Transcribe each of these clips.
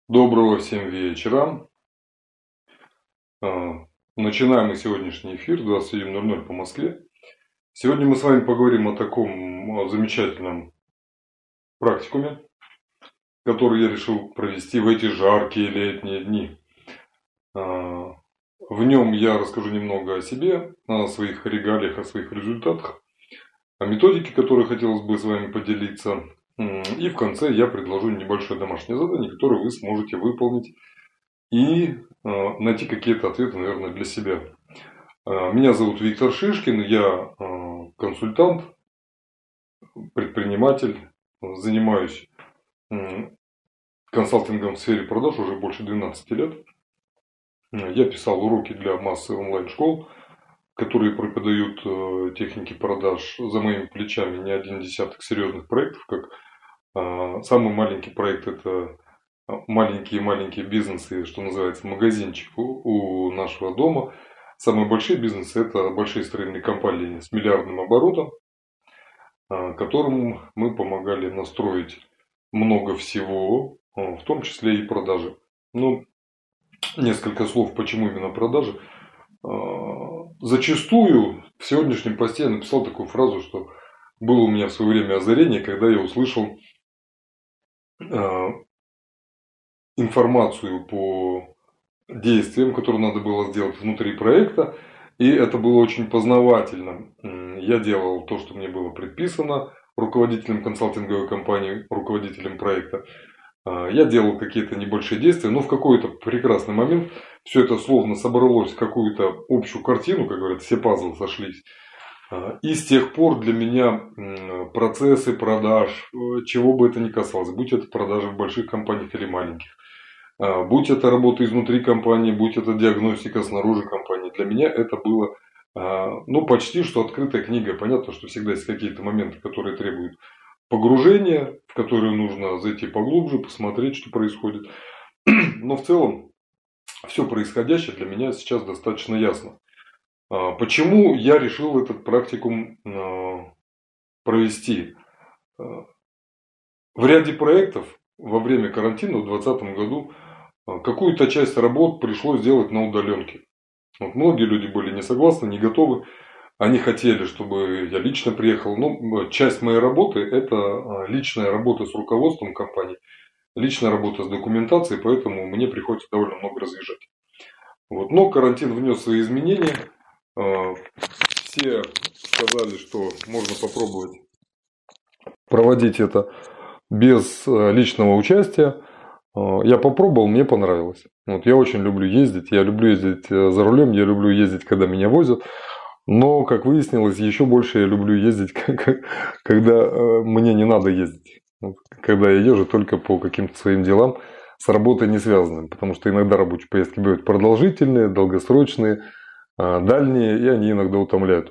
Доброго всем вечера. Начинаем мы сегодняшний эфир 21:00 по Москве. Сегодня мы с вами поговорим о таком замечательном практикуме, который я решил провести в эти жаркие летние дни. В нем я расскажу немного о себе, о своих регалиях, о своих результатах, о методике, которой хотелось бы с вами поделиться. И в конце я предложу небольшое домашнее задание, которое вы сможете выполнить и найти какие-то ответы, наверное, для себя. Меня зовут Виктор Шишкин, я консультант, предприниматель, занимаюсь консалтингом в сфере продаж уже больше 12 лет. Я писал уроки для массы онлайн-школ, которые преподают техники продаж. За моими плечами не один десяток серьезных проектов, как самый маленький проект – это маленькие бизнесы, что называется, магазинчик у нашего дома. Самые большие бизнесы – это большие строительные компании с миллиардным оборотом, которым мы помогали настроить много всего, в том числе и продажи. Несколько слов, почему именно продажи. Зачастую в сегодняшнем посте я написал такую фразу, что было у меня в свое время озарение, когда я услышал информацию по действиям, которые надо было сделать внутри проекта, и это было очень познавательно. Я делал то, что мне было предписано руководителем консалтинговой компании, руководителем проекта. Я делал какие-то небольшие действия, но в какой-то прекрасный момент все это словно собралось в какую-то общую картину, как говорят, все пазлы сошлись. И с тех пор для меня процессы продаж, чего бы это ни касалось, будь это продажи в больших компаниях или маленьких, будь это работа изнутри компании, будь это диагностика снаружи компании, для меня это было почти что открытая книга. Понятно, что всегда есть какие-то моменты, которые требуют погружения, в которые нужно зайти поглубже, посмотреть, что происходит. Но в целом все происходящее для меня сейчас достаточно ясно. Почему я решил этот практикум провести? В ряде проектов во время карантина в 2020 году какую-то часть работ пришлось делать на удаленке. Многие люди были не согласны, не готовы. Они хотели, чтобы я лично приехал. Но часть моей работы – это личная работа с руководством компании, личная работа с документацией, поэтому мне приходится довольно много разъезжать. Но карантин внес свои изменения. Все сказали, что можно попробовать проводить это без личного участия. Я попробовал, мне понравилось. Я очень люблю ездить, я люблю ездить за рулем, я люблю ездить, когда меня возят. Но, как выяснилось, еще больше я люблю ездить, когда мне не надо ездить. Когда я езжу только по каким-то своим делам, с работой не связанным. Потому что иногда рабочие поездки бывают продолжительные, долгосрочные, дальние, и они иногда утомляют.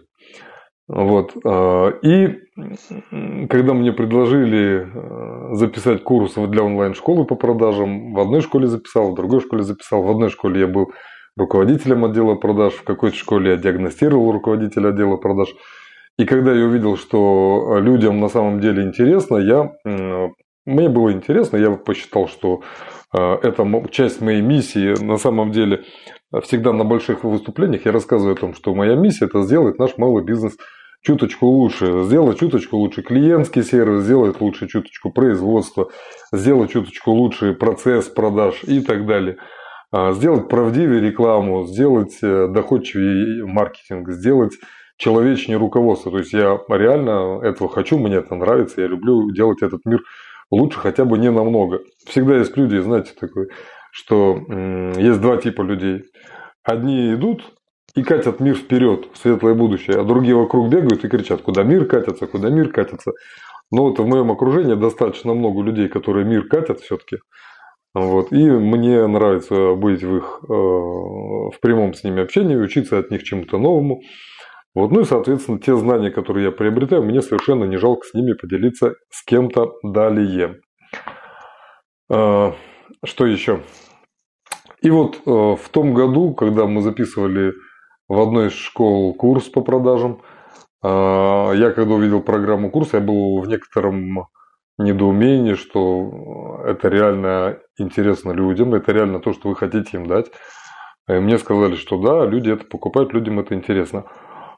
И когда мне предложили записать курс для онлайн-школы по продажам, в одной школе записал, в другой школе записал. В одной школе я был руководителем отдела продаж, в какой-то школе я диагностировал руководителя отдела продаж. И когда я увидел, что людям на самом деле интересно, мне было интересно, я посчитал, что это часть моей миссии. На самом деле, всегда на больших выступлениях я рассказываю о том, что моя миссия – это сделать наш малый бизнес чуточку лучше, сделать чуточку лучше клиентский сервис, сделать лучше чуточку производство, сделать чуточку лучше процесс продаж и так далее. Сделать правдивее рекламу, сделать доходчивее маркетинг, сделать человечнее руководство. То есть я реально этого хочу, мне это нравится, я люблю делать этот мир лучше хотя бы не намного. Всегда есть люди, знаете, такое, что есть два типа людей. Одни идут и катят мир вперед, в светлое будущее, а другие вокруг бегают и кричат, куда мир катится, куда мир катится. Но в моем окружении достаточно много людей, которые мир катят все-таки. И мне нравится быть в прямом с ними общении, учиться от них чему-то новому. И, соответственно, те знания, которые я приобретаю, мне совершенно не жалко с ними поделиться с кем-то далее. Что еще? И в том году, когда мы записывали в одной из школ курс по продажам, я когда увидел программу курса, я был в некотором недоумение, что это реально интересно людям, это реально то, что вы хотите им дать. И мне сказали, что да, люди это покупают, людям это интересно.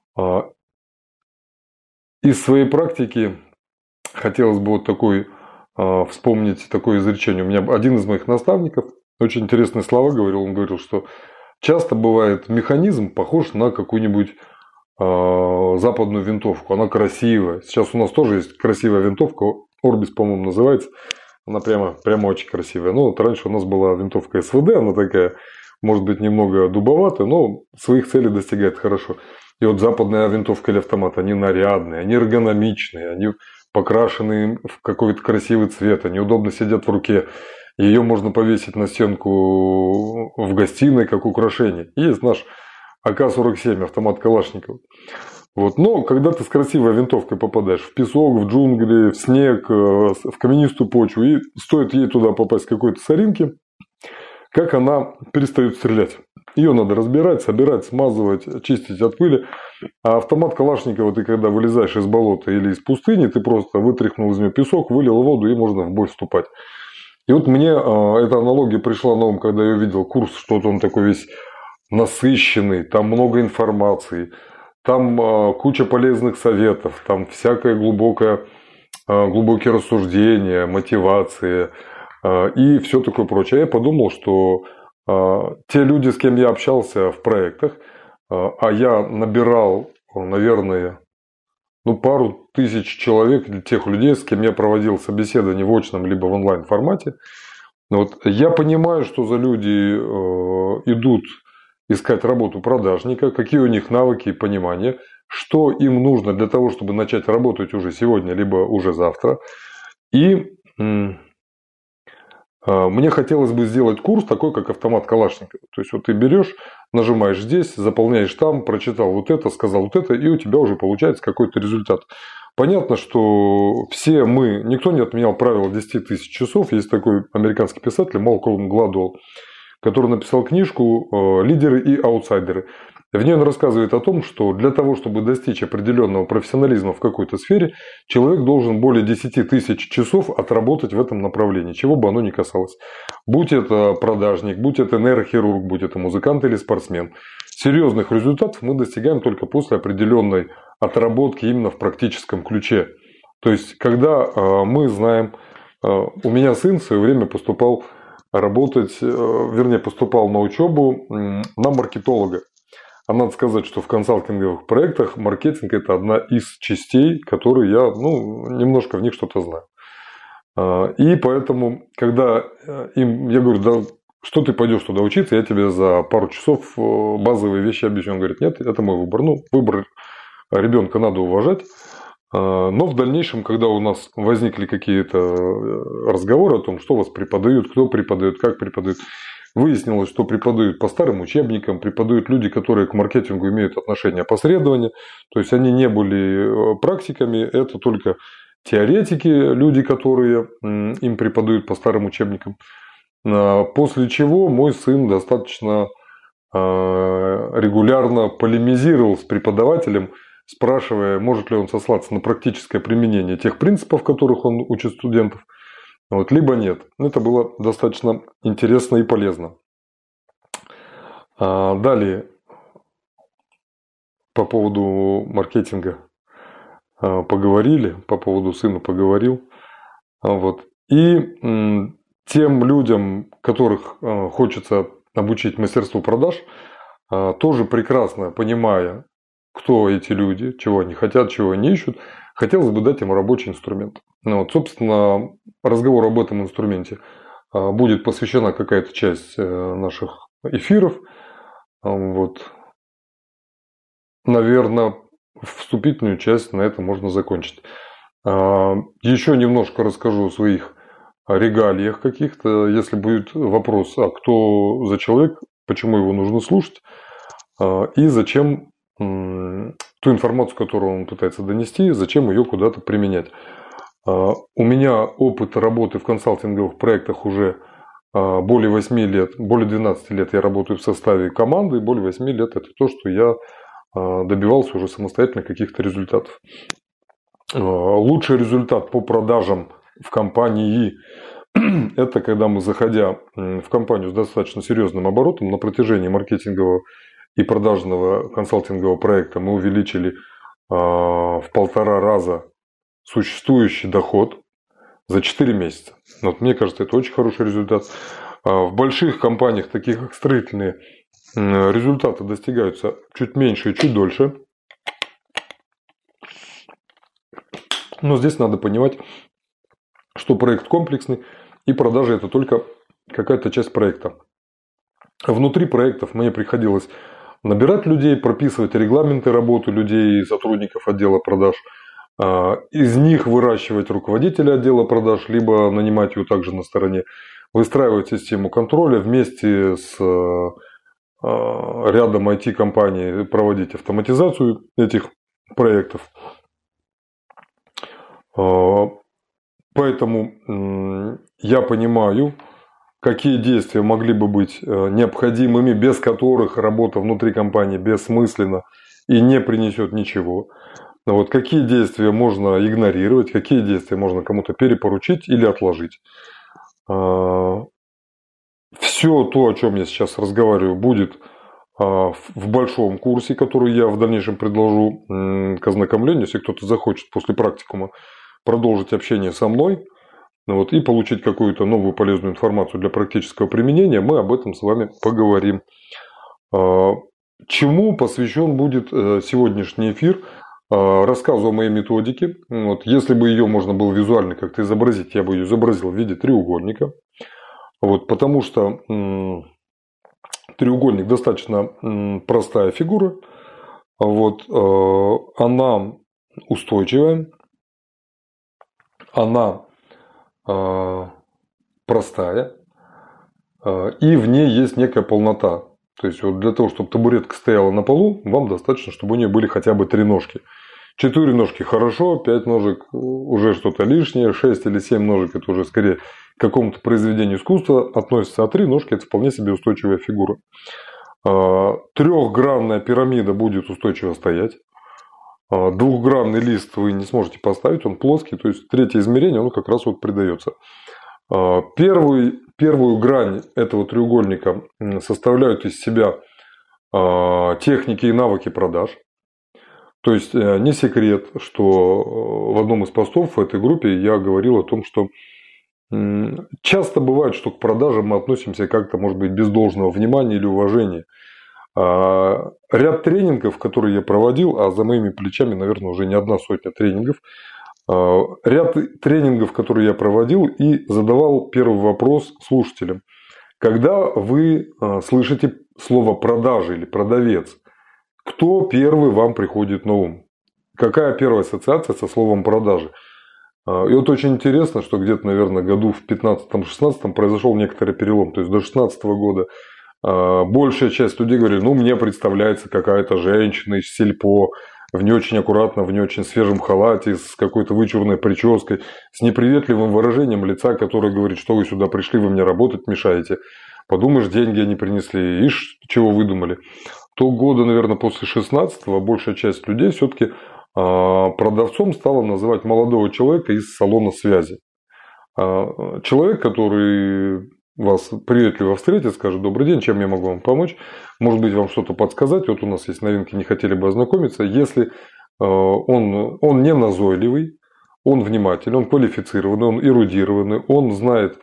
Из своей практики хотелось бы вот такой вспомнить такое изречение. У меня один из моих наставников очень интересные слова говорил. Он говорил, что часто бывает механизм похож на какую-нибудь западную винтовку. Она красивая. Сейчас у нас тоже есть красивая винтовка. Орбис, по-моему, называется. Она прямо очень красивая. Ну, вот раньше у нас была винтовка СВД. Она такая, может быть, немного дубоватая, но своих целей достигает хорошо. И вот западная винтовка или автомат, они нарядные, они эргономичные, они покрашены в какой-то красивый цвет, они удобно сидят в руке. Ее можно повесить на стенку в гостиной как украшение. Есть наш АК-47, автомат Калашникова. Вот. Но когда ты с красивой винтовкой попадаешь в песок, в джунгли, в снег, в каменистую почву, и стоит ей туда попасть с какой-то соринки, как она перестает стрелять. Ее надо разбирать, собирать, смазывать, чистить от пыли. А автомат Калашникова, ты когда вылезаешь из болота или из пустыни, ты просто вытряхнул из нее песок, вылил воду, и можно в бой вступать. И вот мне эта аналогия пришла на ум, когда я увидел курс, что-то он такой весь насыщенный, там много информации, там куча полезных советов, там всякое глубокие рассуждения, мотивация и все такое прочее. Я подумал, что те люди, с кем я общался в проектах, а я набирал, наверное, пару тысяч человек, тех людей, с кем я проводил собеседование в очном либо в онлайн формате. Вот, я понимаю, что за люди идут искать работу продажника, какие у них навыки и понимания, что им нужно для того, чтобы начать работать уже сегодня, либо уже завтра. И мне хотелось бы сделать курс такой, как автомат Калашникова. То есть, вот ты берешь, нажимаешь здесь, заполняешь там, прочитал вот это, сказал вот это, и у тебя уже получается какой-то результат. Понятно, что все мы, никто не отменял правило 10 тысяч часов. Есть такой американский писатель Малкольм Гладуэлл, который написал книжку «Лидеры и аутсайдеры». В ней он рассказывает о том, что для того, чтобы достичь определенного профессионализма в какой-то сфере, человек должен более 10 тысяч часов отработать в этом направлении, чего бы оно ни касалось. Будь это продажник, будь это нейрохирург, будь это музыкант или спортсмен. Серьезных результатов мы достигаем только после определенной отработки именно в практическом ключе. То есть, когда мы знаем, у меня сын в свое время поступал на учебу на маркетолога. А надо сказать, что в консалтинговых проектах маркетинг – это одна из частей, которые я немножко в них что-то знаю. И поэтому, когда я говорю, да что ты пойдешь туда учиться, я тебе за пару часов базовые вещи объясню. Он говорит, нет, это мой выбор. Выбор ребенка надо уважать. Но в дальнейшем, когда у нас возникли какие-то разговоры о том, что вас преподают, кто преподает, как преподают, выяснилось, что преподают по старым учебникам, преподают люди, которые к маркетингу имеют отношение опосредования, то есть они не были практиками, это только теоретики, люди, которые им преподают по старым учебникам. После чего мой сын достаточно регулярно полемизировал с преподавателем, спрашивая, может ли он сослаться на практическое применение тех принципов, которых он учит студентов, либо нет. Это было достаточно интересно и полезно. Далее, по поводу маркетинга поговорили, по поводу сына поговорил. И тем людям, которых хочется обучить мастерству продаж, тоже прекрасно понимая, кто эти люди, чего они хотят, чего они ищут, хотелось бы дать им рабочий инструмент. Собственно, разговор об этом инструменте будет посвящена какая-то часть наших эфиров. Наверное, вступительную часть на этом можно закончить. Еще немножко расскажу о своих регалиях каких-то. Если будет вопрос, а кто за человек, почему его нужно слушать и зачем ту информацию, которую он пытается донести, зачем ее куда-то применять. У меня опыт работы в консалтинговых проектах уже более 8 лет, более 12 лет я работаю в составе команды, и более 8 лет это то, что я добивался уже самостоятельно каких-то результатов. Лучший результат по продажам в компании. Это когда мы, заходя в компанию с достаточно серьезным оборотом, на протяжении маркетингового и продажного консалтингового проекта мы увеличили в 1,5 раза существующий доход за 4 месяца. Вот, мне кажется, это очень хороший результат. В больших компаниях, таких как строительные, результаты достигаются чуть меньше и чуть дольше. Но здесь надо понимать, что проект комплексный, и продажи – это только какая-то часть проекта. Внутри проектов мне приходилось набирать людей, прописывать регламенты работы людей, сотрудников отдела продаж, из них выращивать руководителя отдела продаж, либо нанимать его также на стороне, выстраивать систему контроля, вместе с рядом IT-компаний проводить автоматизацию этих проектов. Поэтому я понимаю, какие действия могли бы быть необходимыми, без которых работа внутри компании бессмысленна и не принесет ничего. Вот какие действия можно игнорировать, какие действия можно кому-то перепоручить или отложить. Все то, о чем я сейчас разговариваю, будет в большом курсе, который я в дальнейшем предложу к ознакомлению, если кто-то захочет после практикума продолжить общение со мной, вот, и получить какую-то новую полезную информацию для практического применения, мы об этом с вами поговорим. Чему посвящен будет сегодняшний эфир? Рассказу о моей методике. Вот, если бы ее можно было визуально как-то изобразить, я бы ее изобразил в виде треугольника. Вот, потому что треугольник достаточно простая фигура. Вот, она устойчивая. Она простая, и в ней есть некая полнота. То есть, вот для того, чтобы табуретка стояла на полу, вам достаточно, чтобы у нее были хотя бы 3 ножки. 4 ножки хорошо, 5 ножек уже что-то лишнее, 6 или 7 ножек это уже скорее к какому-то произведению искусства относится, а 3 ножки это вполне себе устойчивая фигура. 3-гранная пирамида будет устойчиво стоять. 2-гранный лист вы не сможете поставить, он плоский, то есть 3-е измерение, оно как раз вот придается. Первую грань этого треугольника составляют из себя техники и навыки продаж. То есть не секрет, что в одном из постов в этой группе я говорил о том, что часто бывает, что к продажам мы относимся как-то, может быть, без должного внимания или уважения. Ряд тренингов, которые я проводил, а за моими плечами, наверное, уже не 1 сотня тренингов, ряд тренингов, которые я проводил, и задавал первый вопрос слушателям. Когда вы слышите слово «продажа» или «продавец», кто первый вам приходит на ум? Какая первая ассоциация со словом «продажи»? И вот очень интересно, что где-то, наверное, году в 15-16 произошел некоторый перелом. То есть до 16 года большая часть людей говорили, ну, мне представляется какая-то женщина из сельпо, в не очень аккуратно, в не очень свежем халате, с какой-то вычурной прической, с неприветливым выражением лица, которое говорит, что вы сюда пришли, вы мне работать мешаете. Подумаешь, деньги они принесли, ишь, чего выдумали. То года, наверное, после 16-го большая часть людей все-таки продавцом стала называть молодого человека из салона связи. Человек, который вас приветливо встретит, скажет: добрый день, чем я могу вам помочь, может быть, вам что-то подсказать, вот у нас есть новинки, не хотели бы ознакомиться. Если он не назойливый, он внимательный, он квалифицированный, он эрудированный, он знает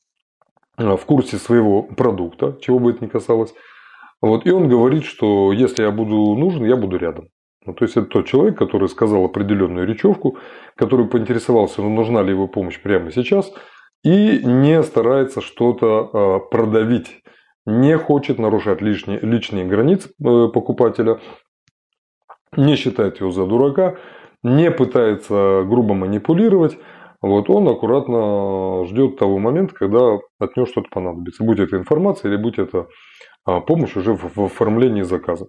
в курсе своего продукта, чего бы это ни касалось, вот, и он говорит, что если я буду нужен, я буду рядом. Ну, то есть это тот человек, который сказал определенную речевку, который поинтересовался, нужна ли его помощь прямо сейчас, и не старается что-то продавить, не хочет нарушать личные границы покупателя, не считает его за дурака, не пытается грубо манипулировать. Вот, он аккуратно ждет того момента, когда от него что-то понадобится. Будь это информация или будь это помощь уже в оформлении заказа.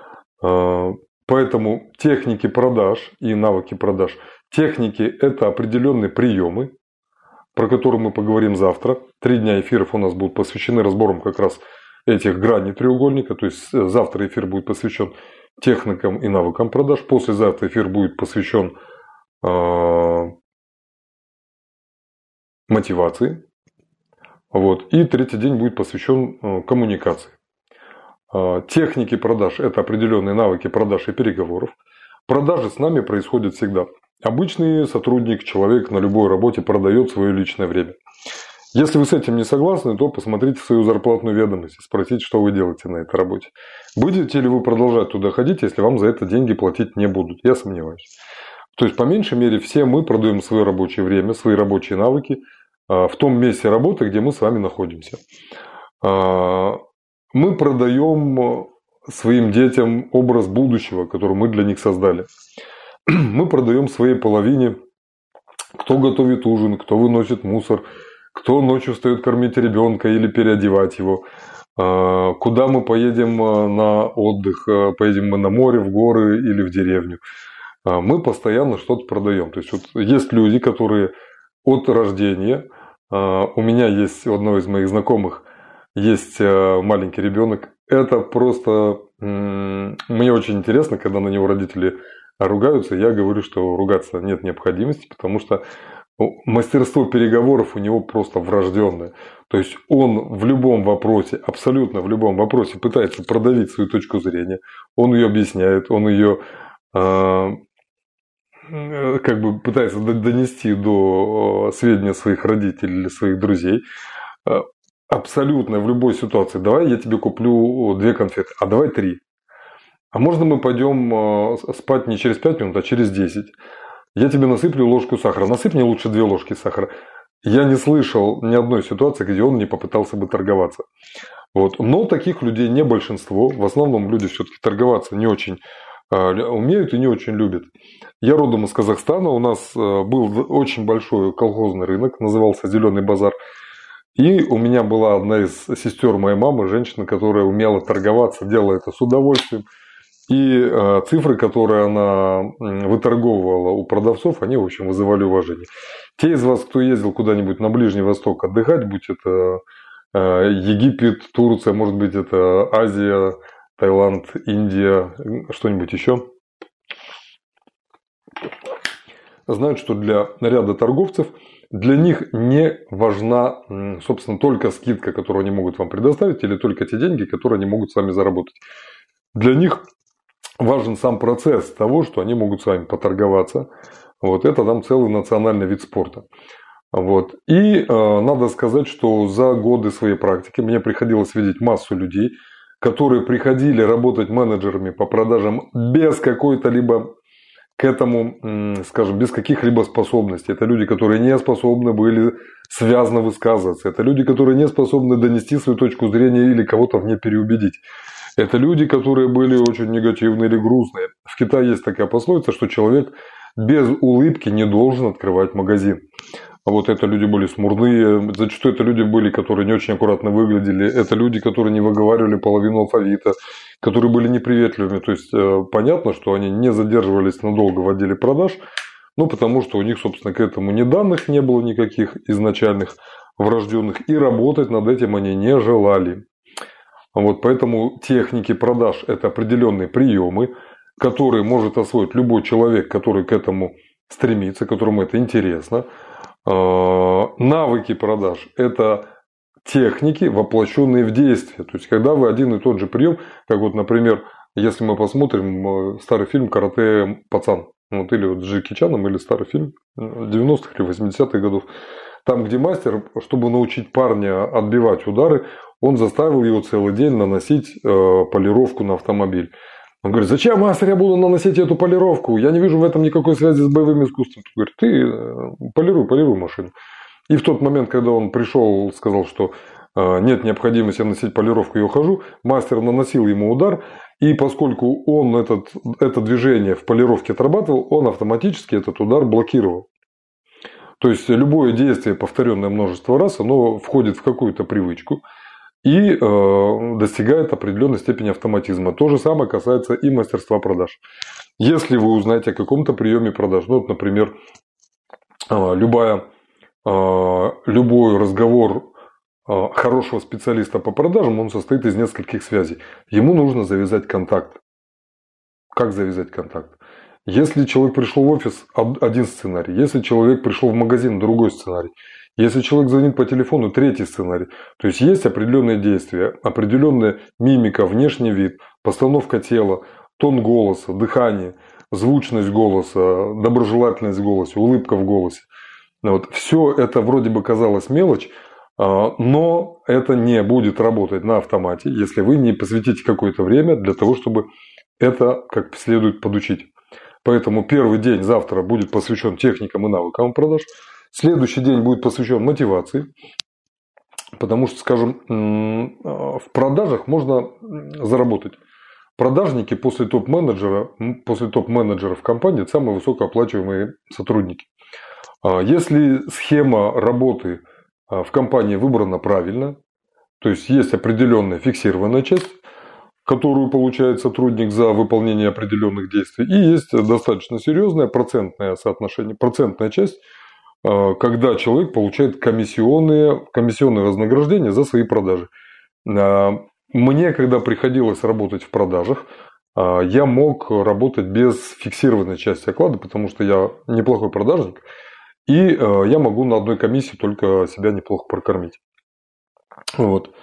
Поэтому техники продаж и навыки продаж. Техники – это определенные приемы, про которые мы поговорим завтра. 3 дня эфиров у нас будут посвящены разборам как раз этих граней треугольника. То есть завтра эфир будет посвящен техникам и навыкам продаж. Послезавтра эфир будет посвящен мотивации. Вот. И третий день будет посвящен коммуникации. Техники продаж – это определенные навыки продаж и переговоров. Продажи с нами происходят всегда. Обычный сотрудник, человек на любой работе продает свое личное время. Если вы с этим не согласны, то посмотрите свою зарплатную ведомость и спросите, что вы делаете на этой работе. Будете ли вы продолжать туда ходить, если вам за это деньги платить не будут? Я сомневаюсь. То есть, по меньшей мере, все мы продаем свое рабочее время, свои рабочие навыки в том месте работы, где мы с вами находимся. Мы продаем своим детям образ будущего, который мы для них создали. Мы продаем своей половине, кто готовит ужин, кто выносит мусор, кто ночью встает кормить ребенка или переодевать его, куда мы поедем на отдых, поедем мы на море, в горы или в деревню. Мы постоянно что-то продаем. То есть, вот есть люди, которые от рождения, у меня есть, у одного из моих знакомых есть маленький ребенок. Это просто мне очень интересно, когда на него родители ругаются, я говорю, что ругаться нет необходимости, потому что мастерство переговоров у него просто врожденное. То есть он в любом вопросе, абсолютно в любом вопросе пытается продавить свою точку зрения, он ее объясняет, он ее как бы пытается донести до сведения своих родителей или своих друзей. Абсолютно в любой ситуации. Давай я тебе куплю 2 конфеты, а давай 3. А можно мы пойдем спать не через 5 минут, а через 10? Я тебе насыплю ложку сахара. Насыпь мне лучше 2 ложки сахара. Я не слышал ни одной ситуации, где он не попытался бы торговаться. Вот. Но таких людей не большинство. В основном люди все-таки торговаться не очень умеют и не очень любят. Я родом из Казахстана. У нас был очень большой колхозный рынок, назывался Зеленый базар. И у меня была одна из сестер моей мамы, женщина, которая умела торговаться, делала это с удовольствием. И цифры, которые она выторговывала у продавцов, они, в общем, вызывали уважение. Те из вас, кто ездил куда-нибудь на Ближний Восток отдыхать, будь это Египет, Турция, может быть, это Азия, Таиланд, Индия, что-нибудь еще, знают, что для ряда торговцев для них не важна, собственно, только скидка, которую они могут вам предоставить, или только те деньги, которые они могут с вами заработать. Для них важен сам процесс того, что они могут с вами поторговаться. Вот это там целый национальный вид спорта. Вот. И надо сказать, что за годы своей практики мне приходилось видеть массу людей, которые приходили работать менеджерами по продажам без какой-то либо к этому, скажем, без каких-либо способностей. Это люди, которые не способны были связно высказываться. Это люди, которые не способны донести свою точку зрения или кого-то в ней переубедить. Это люди, которые были очень негативные или грустные. В Китае есть такая пословица, что человек без улыбки не должен открывать магазин. А вот это люди были смурные, зачастую это люди были, которые не очень аккуратно выглядели, это люди, которые не выговаривали половину алфавита, которые были неприветливыми. То есть понятно, что они не задерживались надолго в отделе продаж, ну потому что у них, собственно, к этому ни данных не было никаких изначальных, врожденных, и работать над этим они не желали. Вот поэтому техники продаж – это определенные приемы, которые может освоить любой человек, который к этому стремится, которому это интересно. Навыки продаж – это техники, воплощенные в действие. То есть, когда вы один и тот же прием, как вот, например, если мы посмотрим старый фильм «Карате пацан», вот, или вот с Джеки Чаном, или старый фильм 90-х или 80-х годов, там, где мастер, чтобы научить парня отбивать удары, он заставил его целый день наносить полировку на автомобиль. Он говорит: зачем, мастер, я буду наносить эту полировку? Я не вижу в этом никакой связи с боевым искусством. Он говорит: ты полируй машину. И в тот момент, когда он пришел, сказал, что нет необходимости наносить полировку, я ухожу, мастер наносил ему удар, и поскольку он это движение в полировке отрабатывал, он автоматически этот удар блокировал. То есть любое действие, повторенное множество раз, оно входит в какую-то привычку и достигает определенной степени автоматизма. То же самое касается и мастерства продаж. Если вы узнаете о каком-то приеме продаж, ну, вот, например, любой разговор хорошего специалиста по продажам, он состоит из нескольких связей. Ему нужно завязать контакт. Как завязать контакт? Если человек пришел в офис, один сценарий. Если человек пришел в магазин, другой сценарий. Если человек звонит по телефону, третий сценарий. То есть есть определенные действия, определенная мимика, внешний вид, постановка тела, тон голоса, дыхание, звучность голоса, доброжелательность в голосе, улыбка в голосе. Вот. Все это вроде бы казалось мелочь, но это не будет работать на автомате, если вы не посвятите какое-то время для того, чтобы это как следует подучить. Поэтому первый день завтра будет посвящен техникам и навыкам продаж. Следующий день будет посвящен мотивации. Потому что, скажем, в продажах можно заработать. Продажники после топ-менеджера в компании – это самые высокооплачиваемые сотрудники. Если схема работы в компании выбрана правильно, то есть есть определенная фиксированная часть, которую получает сотрудник за выполнение определенных действий, и есть достаточно серьезное процентное соотношение, процентная часть, когда человек получает комиссионные вознаграждения за свои продажи. Мне, когда приходилось работать в продажах, я мог работать без фиксированной части оклада, потому что я неплохой продажник, и я могу на одной комиссии только себя неплохо прокормить. Вот.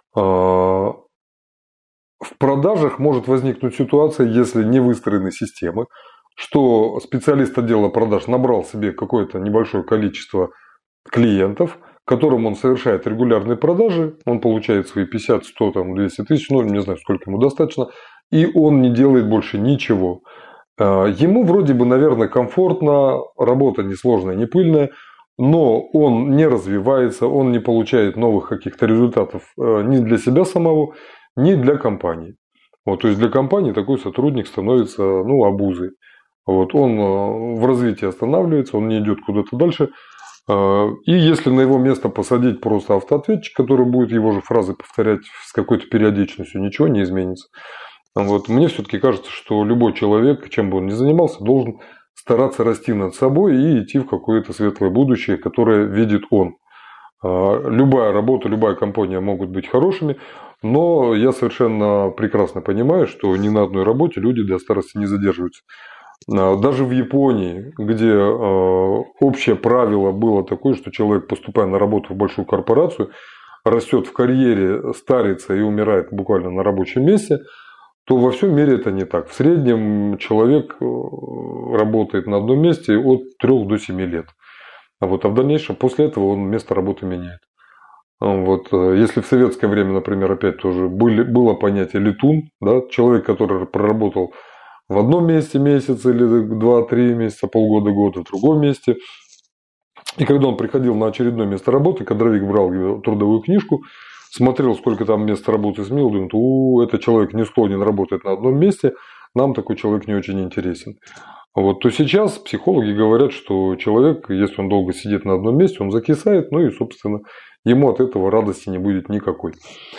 В продажах может возникнуть ситуация, если не выстроены системы, что специалист отдела продаж набрал себе какое-то небольшое количество клиентов, которым он совершает регулярные продажи, он получает свои 50, 100, 200 тысяч, не знаю, сколько ему достаточно, и он не делает больше ничего. Ему вроде бы, наверное, комфортно, работа несложная, не пыльная, но он не развивается, он не получает новых каких-то результатов ни для себя самого, ни для компании. Вот, то есть для компании такой сотрудник становится обузой. Вот, он в развитии останавливается, он не идет куда-то дальше. И если на его место посадить просто автоответчик, который будет его же фразы повторять с какой-то периодичностью, ничего не изменится. Вот, мне все-таки кажется, что любой человек, чем бы он ни занимался, должен стараться расти над собой и идти в какое-то светлое будущее, которое видит он. Любая работа, любая компания могут быть хорошими, но я совершенно прекрасно понимаю, что ни на одной работе люди до старости не задерживаются. Даже в Японии, где общее правило было такое, что человек, поступая на работу в большую корпорацию, растет в карьере, старится и умирает буквально на рабочем месте, то во всем мире это не так. В среднем человек работает на одном месте от 3 до 7 лет. А в дальнейшем, после этого он место работы меняет. Вот. Если в советское время, например, опять тоже было понятие летун, да, человек, который проработал в одном месте месяц или 2-3 месяца, полгода-год, в другом месте. И когда он приходил на очередное место работы, кадровик брал его трудовую книжку, смотрел, сколько там мест работы сменил, думает, этот человек не склонен работать на одном месте, нам такой человек не очень интересен. Вот, то сейчас психологи говорят, что человек, если он долго сидит на одном месте, он закисает, и, собственно, ему от этого радости не будет никакой.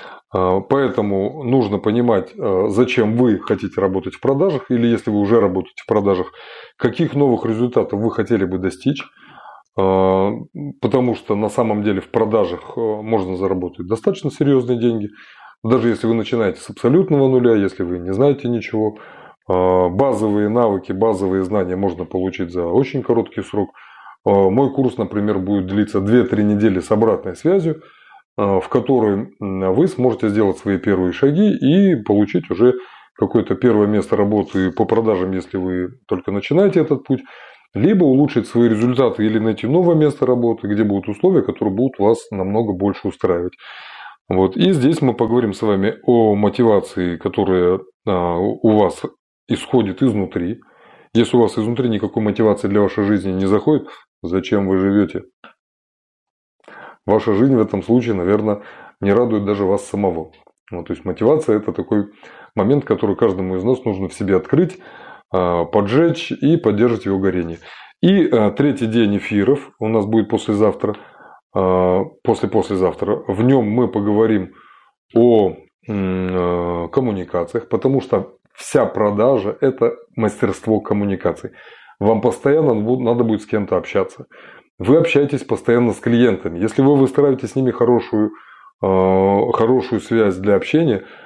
Поэтому нужно понимать, зачем вы хотите работать в продажах, или если вы уже работаете в продажах, каких новых результатов вы хотели бы достичь. Потому что на самом деле в продажах можно заработать достаточно серьезные деньги. Даже если вы начинаете с абсолютного нуля, если вы не знаете ничего, базовые навыки, базовые знания можно получить за очень короткий срок. Мой курс, например, будет длиться 2-3 недели с обратной связью, в которой вы сможете сделать свои первые шаги и получить уже какое-то первое место работы по продажам, если вы только начинаете этот путь, либо улучшить свои результаты или найти новое место работы, где будут условия, которые будут вас намного больше устраивать. Вот. И здесь мы поговорим с вами о мотивации, которая у вас исходит изнутри. Если у вас изнутри никакой мотивации для вашей жизни не заходит, зачем вы живете? Ваша жизнь в этом случае, наверное, не радует даже вас самого. То есть мотивация – это такой момент, который каждому из нас нужно в себе открыть, поджечь и поддерживать его горение. И третий день эфиров у нас будет послезавтра, послезавтра. В нем мы поговорим о коммуникациях, потому что вся продажа – это мастерство коммуникаций. Вам постоянно надо будет с кем-то общаться. Вы общаетесь постоянно с клиентами. Если вы выстраиваете с ними хорошую связь для общения,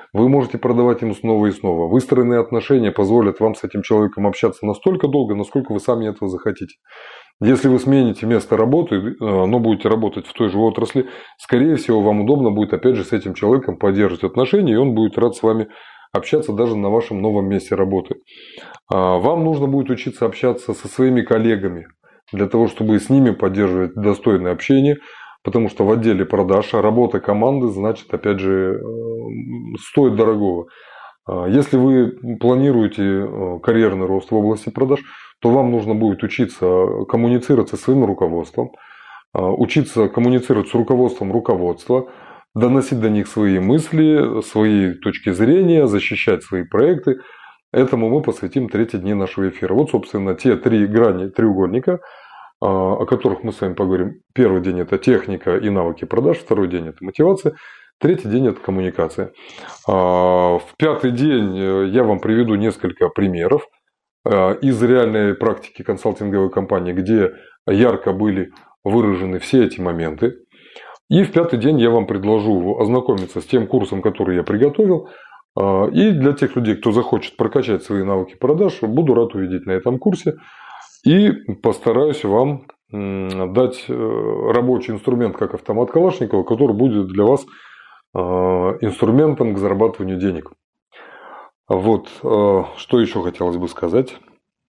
Вы можете продавать ему снова и снова. Выстроенные отношения позволят вам с этим человеком общаться настолько долго, насколько вы сами этого захотите. Если вы смените место работы, но будете работать в той же отрасли, скорее всего, вам удобно будет опять же с этим человеком поддерживать отношения, и он будет рад с вами общаться даже на вашем новом месте работы. Вам нужно будет учиться общаться со своими коллегами для того, чтобы с ними поддерживать достойное общение, потому что в отделе продаж работа команды, значит, опять же, стоит дорогого. Если вы планируете карьерный рост в области продаж, то вам нужно будет учиться коммуницировать со своим руководством, учиться коммуницировать с руководством руководства, доносить до них свои мысли, свои точки зрения, защищать свои проекты. Этому мы посвятим 3 дни нашего эфира. Вот, собственно, те 3 грани треугольника, о которых мы с вами поговорим. Первый день – это техника и навыки продаж, второй день – это мотивация, третий день – это коммуникация. В 5-й день я вам приведу несколько примеров из реальной практики консалтинговой компании, где ярко были выражены все эти моменты. И в 5-й день я вам предложу ознакомиться с тем курсом, который я приготовил. И для тех людей, кто захочет прокачать свои навыки продаж, буду рад увидеть на этом курсе. И постараюсь вам дать рабочий инструмент, как автомат Калашникова, который будет для вас инструментом к зарабатыванию денег. Вот, что еще хотелось бы сказать.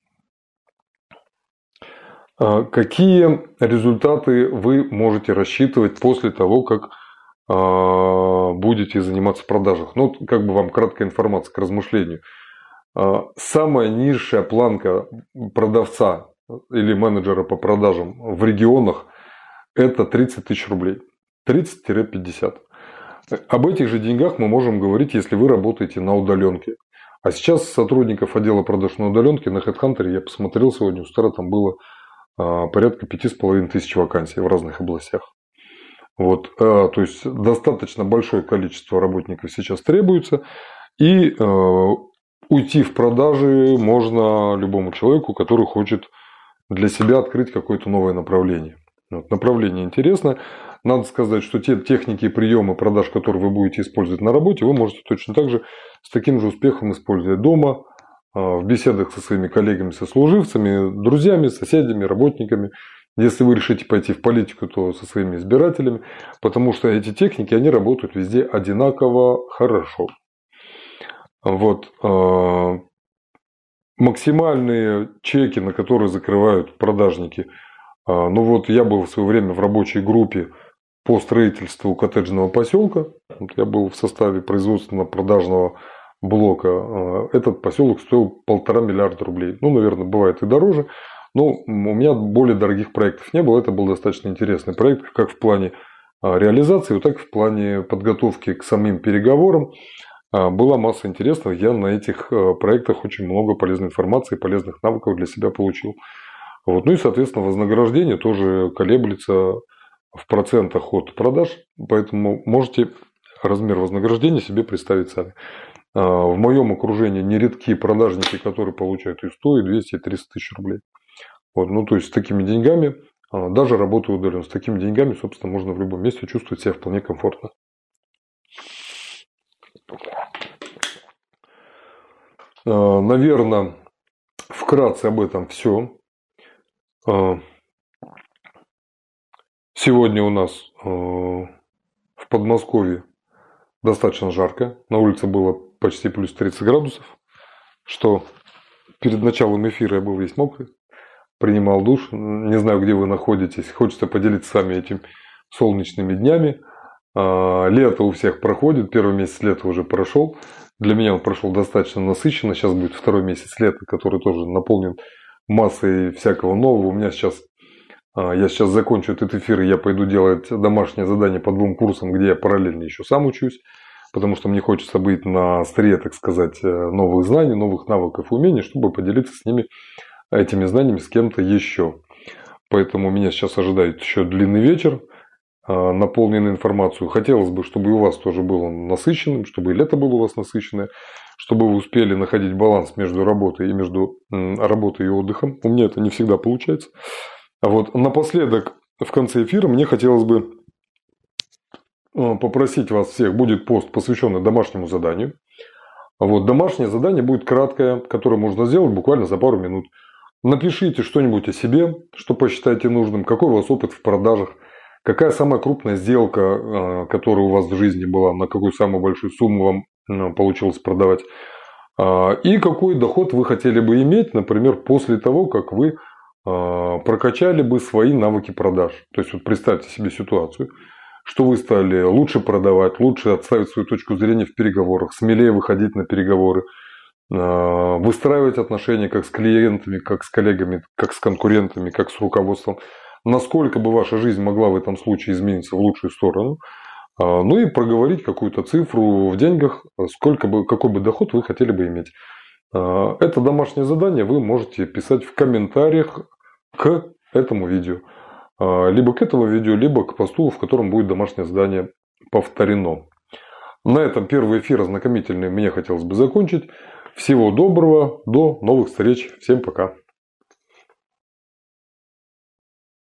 Какие результаты вы можете рассчитывать после того, как будете заниматься в продажах? Ну, как бы вам краткая информация к размышлению. Самая низшая планка продавца или менеджера по продажам в регионах – это 30 тысяч рублей. 30-50. Об этих же деньгах мы можем говорить, если вы работаете на удаленке. А сейчас сотрудников отдела продаж на удаленке на HeadHunter я посмотрел сегодня, у Стара там было порядка 5500 вакансий в разных областях. Вот, то есть достаточно большое количество работников сейчас требуется. И уйти в продажи можно любому человеку, который хочет для себя открыть какое-то новое направление. Вот, направление интересно. Надо сказать, что те техники и приемы продаж, которые вы будете использовать на работе, вы можете точно так же с таким же успехом использовать дома, в беседах со своими коллегами, сослуживцами, друзьями, соседями, работниками. Если вы решите пойти в политику, то со своими избирателями, потому что эти техники, они работают везде одинаково хорошо. Вот. Максимальные чеки, на которые закрывают продажники. Ну вот я был в свое время в рабочей группе по строительству коттеджного поселка. Я был в составе производственно-продажного блока. Этот поселок стоил 1,5 миллиарда рублей. Ну, наверное, бывает и дороже. Но у меня более дорогих проектов не было. Это был достаточно интересный проект, как в плане реализации, так и в плане подготовки к самим переговорам. Была масса интересного. Я на этих проектах очень много полезной информации, полезных навыков для себя получил. Вот. Ну и, соответственно, вознаграждение тоже колеблется в процентах от продаж. Поэтому можете размер вознаграждения себе представить сами. В моем окружении нередки продажники, которые получают и 100, и 200, и 300 тысяч рублей. Вот. Ну, то есть, с такими деньгами, даже работая удаленно, с такими деньгами, собственно, можно в любом месте чувствовать себя вполне комфортно. Наверное, вкратце об этом все. Сегодня у нас в Подмосковье достаточно жарко. На улице было почти плюс 30 градусов. Что перед началом эфира я был весь мокрый. Принимал душ. Не знаю, где вы находитесь. Хочется поделиться с вами этими солнечными днями. Лето у всех проходит. Первый месяц лета уже прошел. Для меня он прошел достаточно насыщенно. Сейчас будет второй месяц лета, который тоже наполнен массой всякого нового. У меня сейчас... Я сейчас закончу этот эфир, и я пойду делать домашнее задание по 2 курсам, где я параллельно еще сам учусь, потому что мне хочется быть на острие, так сказать, новых знаний, новых навыков и умений, чтобы поделиться с ними, этими знаниями с кем-то еще. Поэтому меня сейчас ожидает еще длинный вечер, наполненный информацией. Хотелось бы, чтобы и у вас тоже было насыщенным, чтобы и лето было у вас насыщенное, чтобы вы успели находить баланс между работой и отдыхом. У меня это не всегда получается. А вот напоследок, в конце эфира, мне хотелось бы попросить вас всех, будет пост, посвященный домашнему заданию. Вот, домашнее задание будет краткое, которое можно сделать буквально за пару минут. Напишите что-нибудь о себе, что посчитаете нужным, какой у вас опыт в продажах, какая самая крупная сделка, которая у вас в жизни была, на какую самую большую сумму вам получилось продавать, и какой доход вы хотели бы иметь, например, после того, как вы прокачали бы свои навыки продаж. То есть, вот представьте себе ситуацию, что вы стали лучше продавать, лучше отставить свою точку зрения в переговорах, смелее выходить на переговоры, выстраивать отношения как с клиентами, как с коллегами, как с конкурентами, как с руководством. Насколько бы ваша жизнь могла в этом случае измениться в лучшую сторону. Ну и проговорить какую-то цифру в деньгах, какой бы доход вы хотели бы иметь. Это домашнее задание вы можете писать в комментариях к этому видео. Либо к этому видео, либо к посту, в котором будет домашнее задание повторено. На этом первый эфир ознакомительный мне хотелось бы закончить. Всего доброго, до новых встреч. Всем пока.